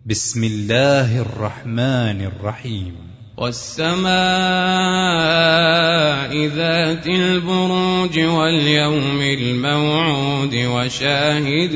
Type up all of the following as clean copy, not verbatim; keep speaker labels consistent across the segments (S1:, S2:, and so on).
S1: بسم الله الرحمن الرحيم.
S2: والسماء ذات البروج واليوم الموعود وشاهد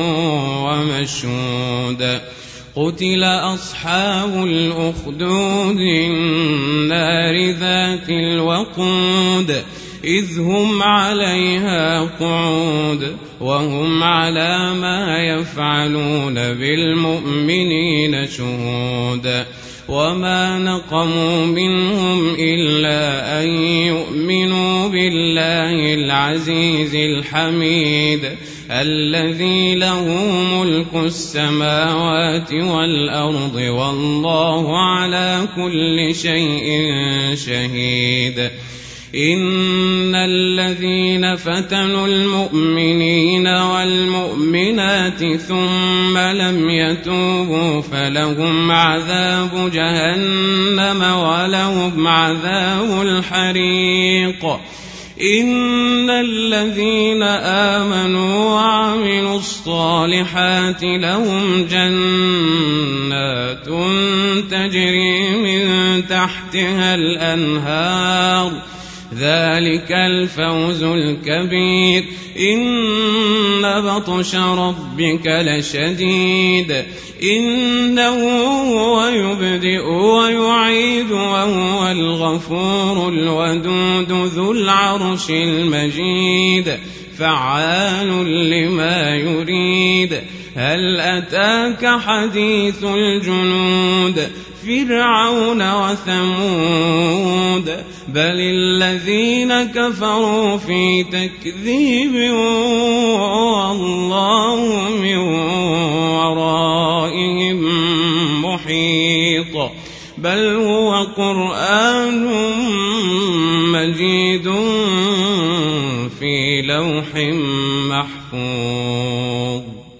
S2: ومشهود قتل أصحاب الأخدود النار ذات الوقود إذ هم عليها قعود وهم على ما يفعلون بالمؤمنين شهود وما نقموا منهم إلا أن يؤمنوا بالله العزيز الحميد الذي له ملك السماوات والأرض والله على كل شيء شهيد. إن الذين فتنوا المؤمنين والمؤمنات ثم لم يتوبوا فلهم عذاب جهنم ولهم عذاب الحريق. إن الذين آمنوا وعملوا الصالحات لهم جنات تجري من تحتها الأنهار ذلك الفوز الكبير. إن بطش ربك لشديد إنه هو يبدئ ويعيد وهو الغفور الودود ذو العرش المجيد فعال لما يريد. هل أتاك حديث الجنود فرعون وثمود بل الذين كفروا في تكذيب والله من ورائهم محيط بل هو قرآن مجيد في لوح محفوظ.